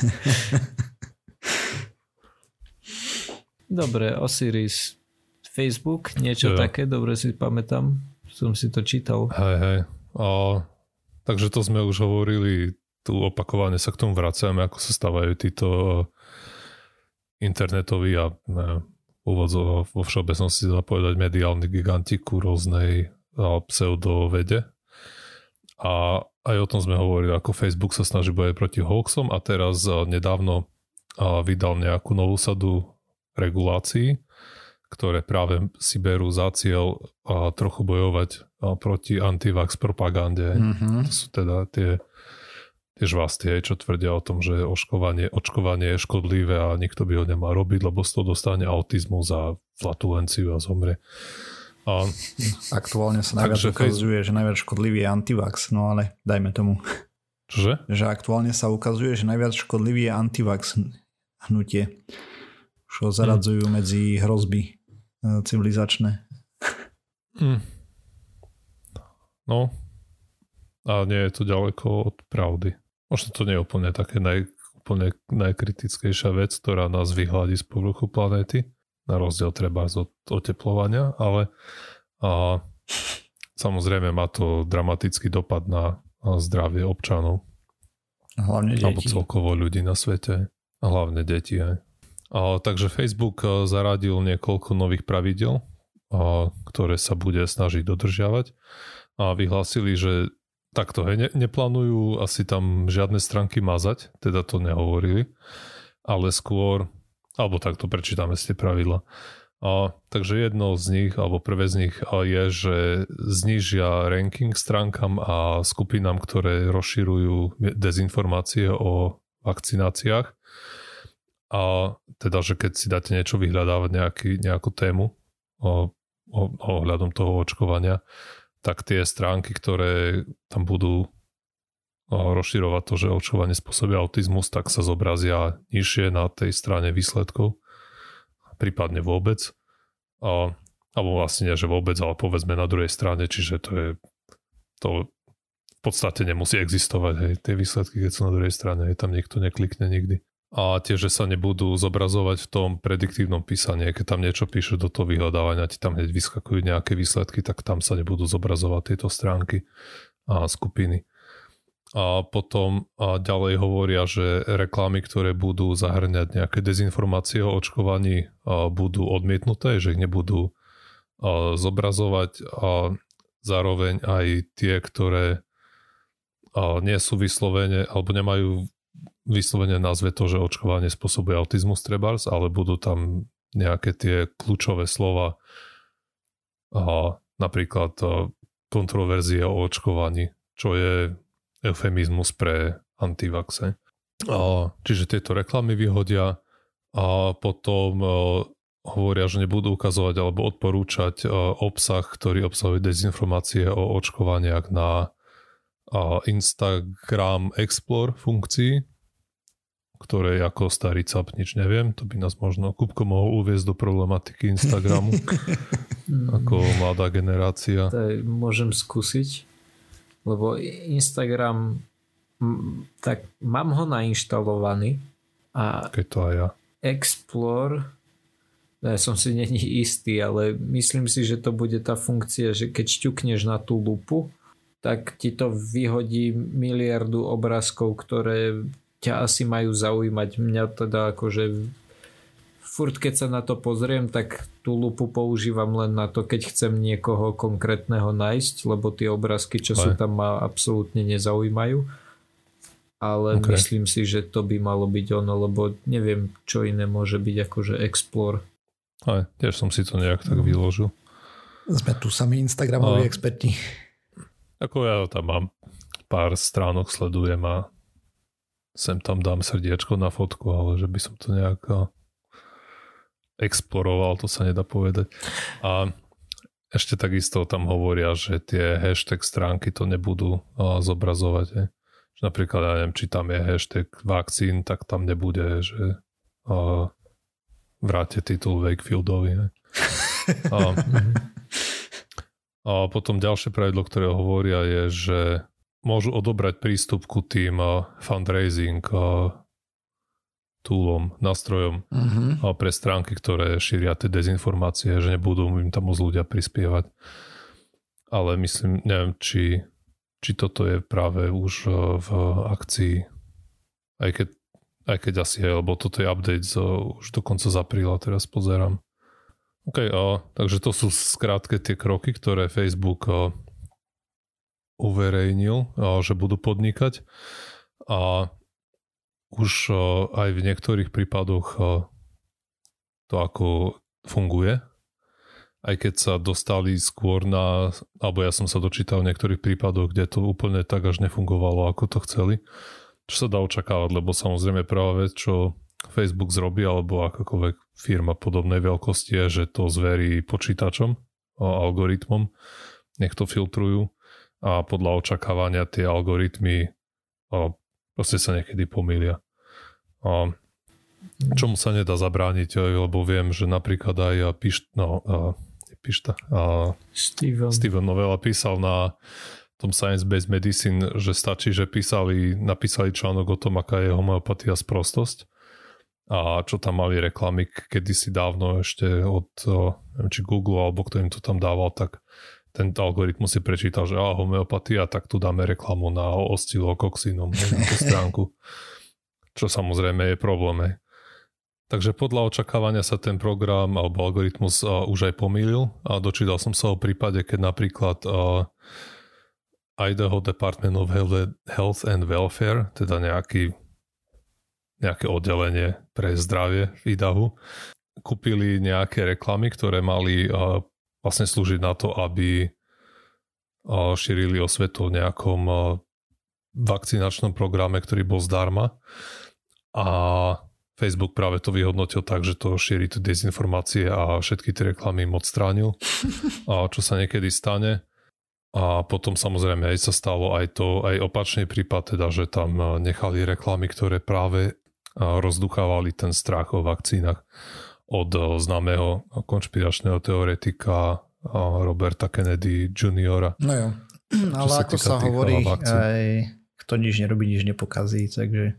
Dobre, Osiris, Facebook, niečo také, dobre si pamätám, som si to čítal. Hej. Takže to sme už hovorili, tu opakovane sa k tomu vracame, ako sa stávajú títo internetoví a vo všeobecnosti dá povedať mediálni giganti ku rôznej pseudovede. A aj o tom sme hovorili, ako Facebook sa snaží bojovať proti hoaxom a teraz nedávno vydal nejakú novú sadu regulácií, ktoré práve si berú za cieľ trochu bojovať proti antivax propagande. To sú teda tie žvastie, čo tvrdia o tom, že očkovanie je škodlivé a nikto by ho nemal robiť, lebo z toho dostane autizmus a flatulenciu a zomrie. Aktuálne sa najviac ukazuje, že najviac škodlivý je antivax, no ale dajme tomu. Čože? Že aktuálne sa ukazuje, že najviac škodlivý je antivax hnutie. Už ho zaradzujú medzi hrozby civilizačné. No a nie je to ďaleko od pravdy. Možno to nie je úplne také úplne najkritickejšia vec, ktorá nás vyhľadí z povrchu planéty, na rozdiel treba od oteplovania, ale samozrejme má to dramatický dopad na zdravie občanov. Hlavne deti. Alebo celkovo ľudí na svete. A hlavne deti aj. Takže Facebook zaradil niekoľko nových pravidel, ktoré sa bude snažiť dodržiavať a vyhlásili, že takto neplánujú asi tam žiadne stránky mazať, teda to nehovorili, ale skôr, alebo takto prečítame si tie pravidla. Takže jedno z nich, alebo prvé z nich je, že znížia ranking stránkam a skupinám, ktoré rozširujú dezinformácie o vakcináciách. A teda, že keď si dáte niečo vyhľadávať nejakú tému ohľadom toho očkovania, tak tie stránky, ktoré tam budú rozširovať to, že očkovanie spôsobí autizmus, tak sa zobrazia nižšie na tej strane výsledkov, prípadne vôbec. Alebo vlastne nie, že vôbec, ale povedzme na druhej strane, čiže to v podstate nemusí existovať, hej, tie výsledky, keď sú na druhej strane, hej, tam niekto neklikne nikdy. A tiež, že sa nebudú zobrazovať v tom prediktívnom písaní. Keď tam niečo píše do toho vyhľadávania, ti tam hneď vyskakujú nejaké výsledky, tak tam sa nebudú zobrazovať tieto stránky a skupiny. A potom ďalej hovoria, že reklamy, ktoré budú zahrňať nejaké dezinformácie o očkovaní, budú odmietnuté, že ich nebudú zobrazovať a zároveň aj tie, ktoré nie sú vyslovene alebo nemajú vyslovene nazve to, že očkovanie spôsobuje autizmus trebárs, ale budú tam nejaké tie kľúčové slova napríklad kontroverzie o očkovaní, čo je eufemizmus pre antivaxe. Čiže tieto reklamy vyhodia a potom hovoria, že nebudú ukazovať alebo odporúčať obsah, ktorý obsahuje dezinformácie o očkovaniach na Instagram Explore funkcii, ktorej ako starý cap nič neviem. To by nás možno Kupko mohol uviesť do problematiky Instagramu ako mladá generácia. Môžem skúsiť, lebo Instagram tak mám ho nainštalovaný a keď to aj ja. Explore som si není istý, ale myslím si, že to bude tá funkcia, že keď šťukneš na tú lupu, tak ti to vyhodí miliardu obrázkov, ktoré ťa asi majú zaujímať. Mňa teda akože furt keď sa na to pozriem, tak tú lupu používam len na to, keď chcem niekoho konkrétneho nájsť, lebo tie obrázky, čo sú tam, ma absolútne nezaujímajú. Ale myslím si, že to by malo byť ono, lebo neviem, čo iné môže byť akože Explore. Aj, tiež som si to nejak tak vyložil. Sme tu sami Instagramoví experti. Ako ja tam mám pár stránok, sledujem a sem tam dám srdiečko na fotku, ale že by som to nejak exploroval, to sa nedá povedať. A ešte takisto tam hovoria, že tie hashtag stránky to nebudú zobrazovať. Je. Napríklad, ja neviem, či tam je hashtag vakcín, tak tam nebude, že vráte titul Wakefieldovi. A potom ďalšie pravidlo, ktoré hovoria, je, že môžu odobrať prístup ku tým fundraising toolom, nástrojom pre stránky, ktoré šíria tie dezinformácie, že nebudú im tam môcť ľudia prispievať. Ale myslím, neviem, či toto je práve už v akcii, aj keď asi je, lebo toto je update už dokonca z apríla, teraz pozerám. Takže to sú skrátke tie kroky, ktoré Facebook uverejnil, že budú podnikať a už aj v niektorých prípadoch to ako funguje. Aj keď sa dostali skôr alebo ja som sa dočítal v niektorých prípadoch, kde to úplne tak až nefungovalo, ako to chceli. Čo sa dá očakávať, lebo samozrejme prvá vec, čo Facebook zrobí, alebo akákoľvek firma podobnej veľkosti je, že to zverí počítačom, algoritmom, nech to filtrujú a podľa očakávania tie algoritmy proste sa niekedy pomýlia. Čomu sa nedá zabrániť, lebo viem, že napríklad aj Steven Novella písal na tom Science-Based Medicine, že stačí, že napísali článok o tom, aká je homeopatia sprostosť a čo tam mali reklamy kedysi dávno ešte od neviem, či Google alebo kto im to tam dával, tak ten algoritmus si prečítal, že homeopatia, tak tu dáme reklamu na oscilokoxinom na tú stránku, čo samozrejme je problém. Takže podľa očakávania sa ten program alebo algoritmus už aj pomýlil a dočítal som sa o prípade, keď napríklad Idaho Department of Health and Welfare, teda nejaké oddelenie pre zdravie v Idahu, kúpili nejaké reklamy, ktoré mali vlastne slúžiť na to, aby šírili osvetu o nejakom vakcinačnom programe, ktorý bol zdarma. A Facebook práve to vyhodnotil tak, že to šíri tie dezinformácie a všetky tie reklamy im odstránil. A čo sa niekedy stane. A potom samozrejme aj sa stalo aj opačný prípad, teda, že tam nechali reklamy, ktoré práve rozduchávali ten strach o vakcínach od známeho konšpiračného teoretika Roberta Kennedy Jr. No jo, ale ako sa hovorí, aj kto nič nerobí, nič nepokazí, takže...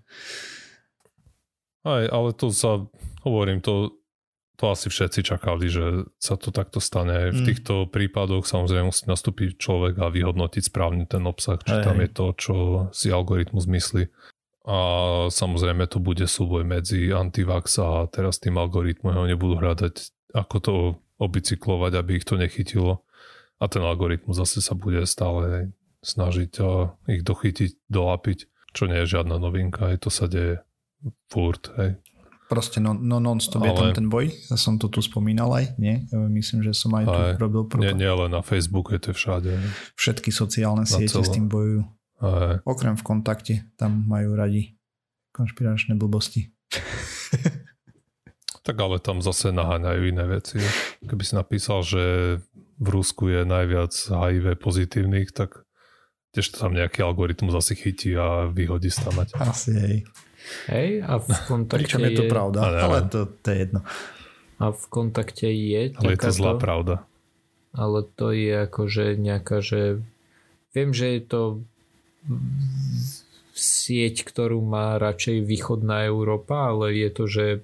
Ale to hovorím, to asi všetci čakali, že sa to takto stane. V týchto prípadoch samozrejme musí nastúpiť človek a vyhodnotiť správne ten obsah, či tam je to, čo si algoritmus myslí. A samozrejme to bude súboj medzi antivax a teraz tým algoritmom ho nebudú hľadať, ako to obicyklovať, aby ich to nechytilo. A ten algoritmus zase sa bude stále snažiť ich dochytiť, dolapiť, čo nie je žiadna novinka. To sa deje furt, hej. Proste non-stop je tam ten boj. Ja som to tu spomínal aj, nie? Myslím, že som aj tu robil nie len na Facebooku, je to všade. Všetky sociálne siete s tým bojujú. Okrem v Kontakte, tam majú radi konšpiračné blbosti. Tak ale tam zase naháňajú iné veci. Keby si napísal, že v Rusku je najviac HIV pozitívnych, tak tiež tam nejaký algoritmus asi chytí a vyhodí stanať. Asi hej. Hej, a v kontakte Pričom je to pravda, ale to je jedno. A v kontakte je takáto... Ale je to zlá pravda. Ale to je akože nejaká, že... Viem, že je to sieť, ktorú má radšej východná Európa, ale je to, že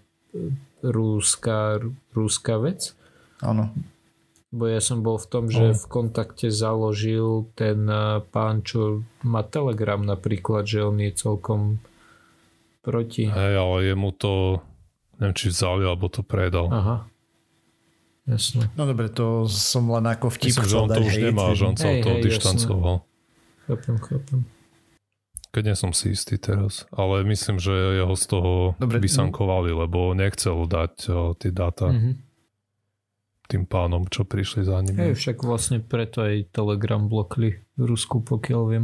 rúska vec. Áno. Bo ja som bol v tom, že v kontakte založil ten pán, čo má Telegram napríklad, že on je celkom proti. Hej, ale jemu to neviem, či vzali, alebo to predal. Aha. Jasne. No dobre, to som len ako vtip. Myslím, že on to už nemá, že on sa od toho dištancoval. Chápem. Keď nie som si istý teraz. Ale myslím, že jeho z toho vysankovali, lebo nechcel dať tie dáta tým pánom, čo prišli za ním. Hej, však vlastne preto aj Telegram blokli v Rusku, pokiaľ viem.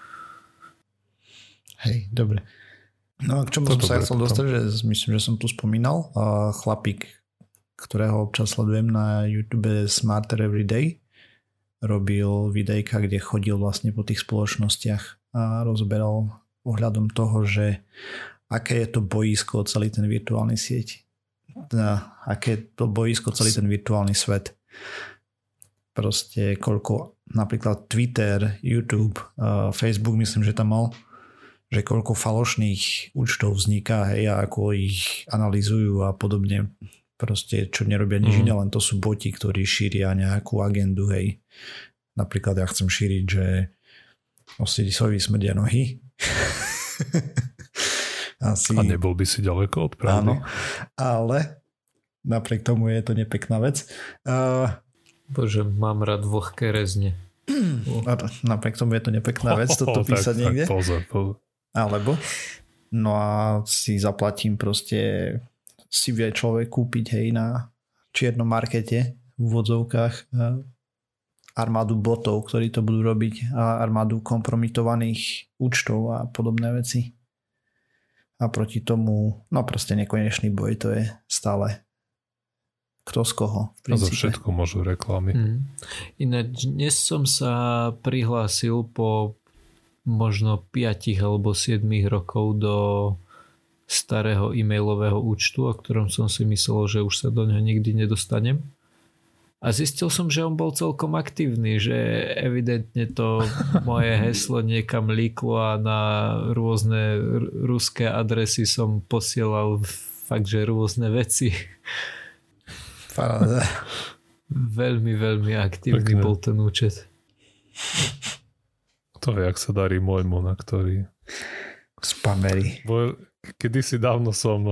Hej, dobre. No a k čomu som sa chcel dostať, že myslím, že som tu spomínal, chlapík, ktorého občas sledujem na YouTube Smarter Everyday, robil videjka, kde chodil vlastne po tých spoločnostiach a rozberal ohľadom toho, že aké je to boisko celý ten virtuálny sieť. Aké je to boisko celý ten virtuálny svet. Proste koľko napríklad Twitter, YouTube, Facebook myslím, že tam mal, že koľko falošných účtov vzniká, hej, a ako ich analyzujú a podobne. Proste, čo nerobia nič iné, len to sú boti, ktorí šíria nejakú agendu, hej. Napríklad ja chcem šíriť, že Osirisovi smrdia nohy. Asi... A nebol by si ďaleko od pravdy. Áno, ale napriek tomu je to nepekná vec. Bože, mám rád vlhké rezne. Napriek tomu je to nepekná vec, toto písať niekde. Pozor. Alebo no a si zaplatím proste, si vie človek kúpiť, hej, na čiernom markete v úvodzovkách armádu botov, ktorí to budú robiť, a armádu kompromitovaných účtov a podobné veci. A proti tomu, no proste nekonečný boj, to je stále kto z koho. A za všetko môžu reklamy. Ináč dnes som sa prihlásil po možno 5 alebo 7 rokov do starého e-mailového účtu, o ktorom som si myslel, že už sa do neho nikdy nedostanem. A zistil som, že on bol celkom aktívny, že evidentne to moje heslo niekam líklo a na rôzne ruské adresy som posielal fakt, že rôzne veci. Veľmi, veľmi aktívny bol ten účet. To je, jak sa darí môjmu, na ktorý... Spamery. Kedysi dávno som,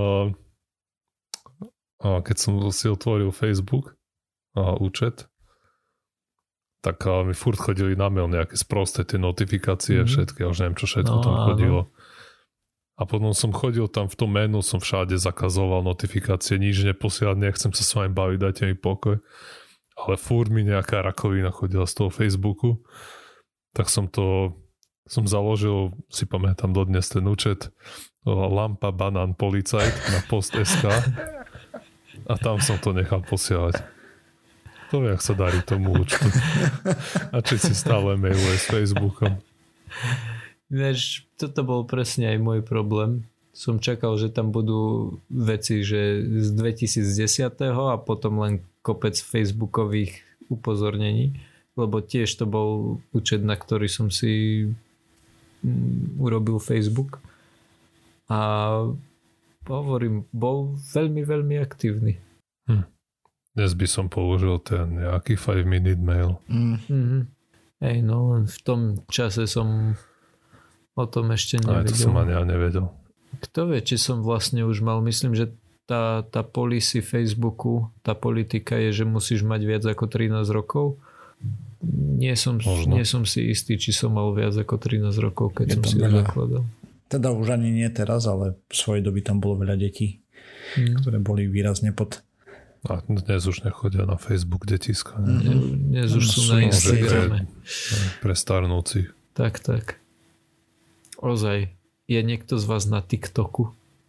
keď som si otvoril Facebook účet, tak mi furt chodili na mail nejaké sprosté tie notifikácie, všetky, ja už neviem, čo všetko tam chodilo. A potom som chodil tam v tom menu, som všade zakazoval notifikácie, nič neposielať, nechcem sa s vami baviť, dajte mi pokoj. Ale furt mi nejaká rakovina chodila z toho Facebooku. Tak som založil, si pamätám dodnes ten účet, Lampa Banán Policajt na post.sk a tam som to nechal posielať. To je, jak sa darí tomu účtu. A či si stále mailuje s Facebookom. Vieš, toto bol presne aj môj problém. Som čakal, že tam budú veci, že z 2010. a potom len kopec facebookových upozornení, lebo tiež to bol účet, na ktorý som si urobil Facebook. A hovorím, bol veľmi, veľmi aktívny. Dnes by som použil ten nejaký 5-minute mail. Hej, no len v tom čase som o tom ešte nevedel. Aj to som ani ja nevedel. Kto vie, či som vlastne už mal, myslím, že tá policy Facebooku, tá politika je, že musíš mať viac ako 13 rokov. Nie som si istý, či som mal viac ako 13 rokov, keď som si ho zakladal. Teda už ani nie teraz, ale v svojej doby tam bolo veľa detí, ktoré boli výrazne pod... A dnes už nechodia na Facebook detiska. Dnes už sú na Instagrame. Pre starnúcich. Tak. Ozaj, je niekto z vás na TikToku?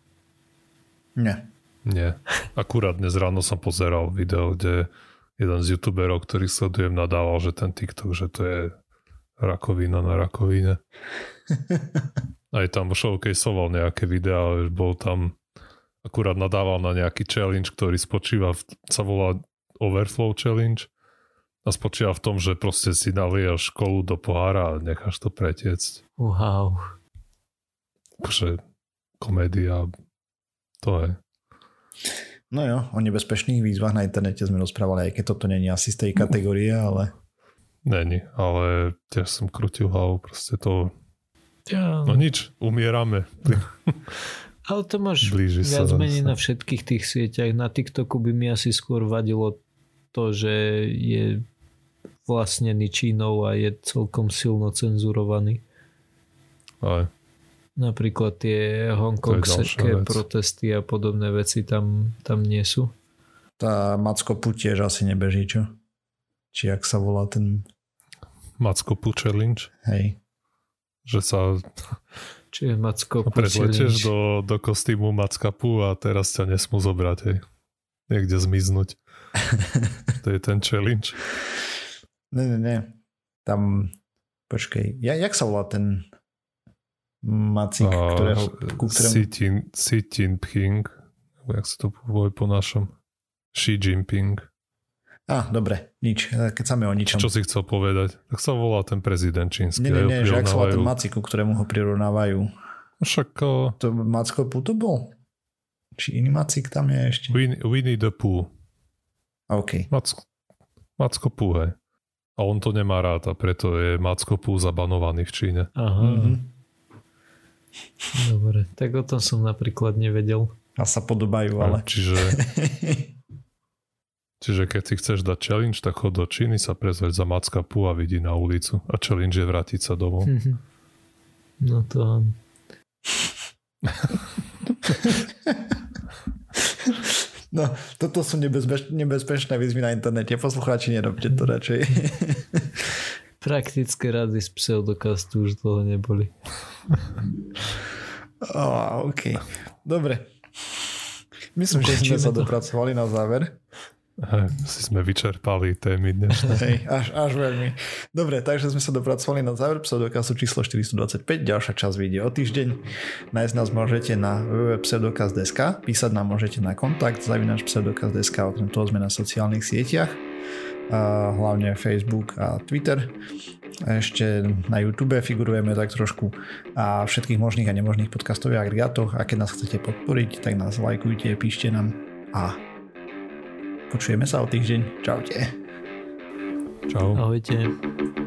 Nie. Akurát dnes ráno som pozeral video, kde jeden z youtuberov, ktorý sledujem, nadával, že ten TikTok, že to je rakovina na rakovine. Aj tam showcaseoval nejaké videá, bol tam akurát nadával na nejaký challenge, ktorý sa volá Overflow Challenge a spočíva v tom, že proste si naliejaš kolu do pohára a necháš to pretiecť. Wow. Takže komédia to je. No jo, o nebezpečných výzvach na internete sme rozprávali, aj keď toto není asi z tej kategórie, ale... Není, ale tiež som krútil hlavu, proste to... Ja. No nič, umierame. Ale to máš viac menej na všetkých tých sieťach. Na TikToku by mi asi skôr vadilo to, že je vlastnený Čínou a je celkom silno cenzurovaný. Aj. Napríklad tie hongkongské protesty a podobné veci tam nie sú. Tá Mackopu tiež asi nebeží, čo? Či jak sa volá ten... Mackopu Challenge? Hej. Že sa... Čiže Mackopu predletieš do kostýmu Mackapu a teraz ťa nesmú zobrať, hej. Niekde zmiznúť. To je ten challenge. Nie. Tam... Počkej. Jak sa volá ten... Macik, ku ktorému... Xi Jinping, jak sa to povie po našom? Xi Jinping. Dobre, nič. Keď sa mi o ničom. Čo si chcel povedať? Tak sa volá ten prezident čínsky. Nie, že ak sa volá ten Macik, ku ktorému ho prirovnávajú. Však... To Mackopu to bol? Či iný Macik tam je ešte? Winnie the Pooh. OK. Mackopu, hej. A on to nemá rád a preto je Mackopu zabanovaný v Číne. Aha. Mm-hmm. Dobre, tak o tom som napríklad nevedel. A sa podobajú, ale... Čiže keď si chceš dať challenge, tak chod do Číny, sa prezveď za Mackapu a vidí na ulicu. A challenge je vrátiť sa domov. No to áno. No, toto sú nebezpečné výzvy na internete. Poslucháči, nerobte to radšej. Praktické rady z pseudokastu už dlho neboli. OK. Dobre. Myslím, že sme sa dopracovali na záver. Si sme vyčerpali témy dnešné. Hej, až veľmi. Dobre, takže sme sa dopracovali na záver pseudokastu číslo 425. Ďalšia časť vyjde o týždeň. Nájsť nás môžete na www.pseudokast.sk, písať nám môžete na kontakt @pseudokast.sk, okrem toho sme na sociálnych sieťach, hlavne Facebook a Twitter. Ešte na YouTube figurujeme tak trošku a všetkých možných a nemožných podcastových agregátoch, a keď nás chcete podporiť, tak nás lajkujte, píšte nám a počujeme sa o týždeň. Čaute. Čau. Ahojte.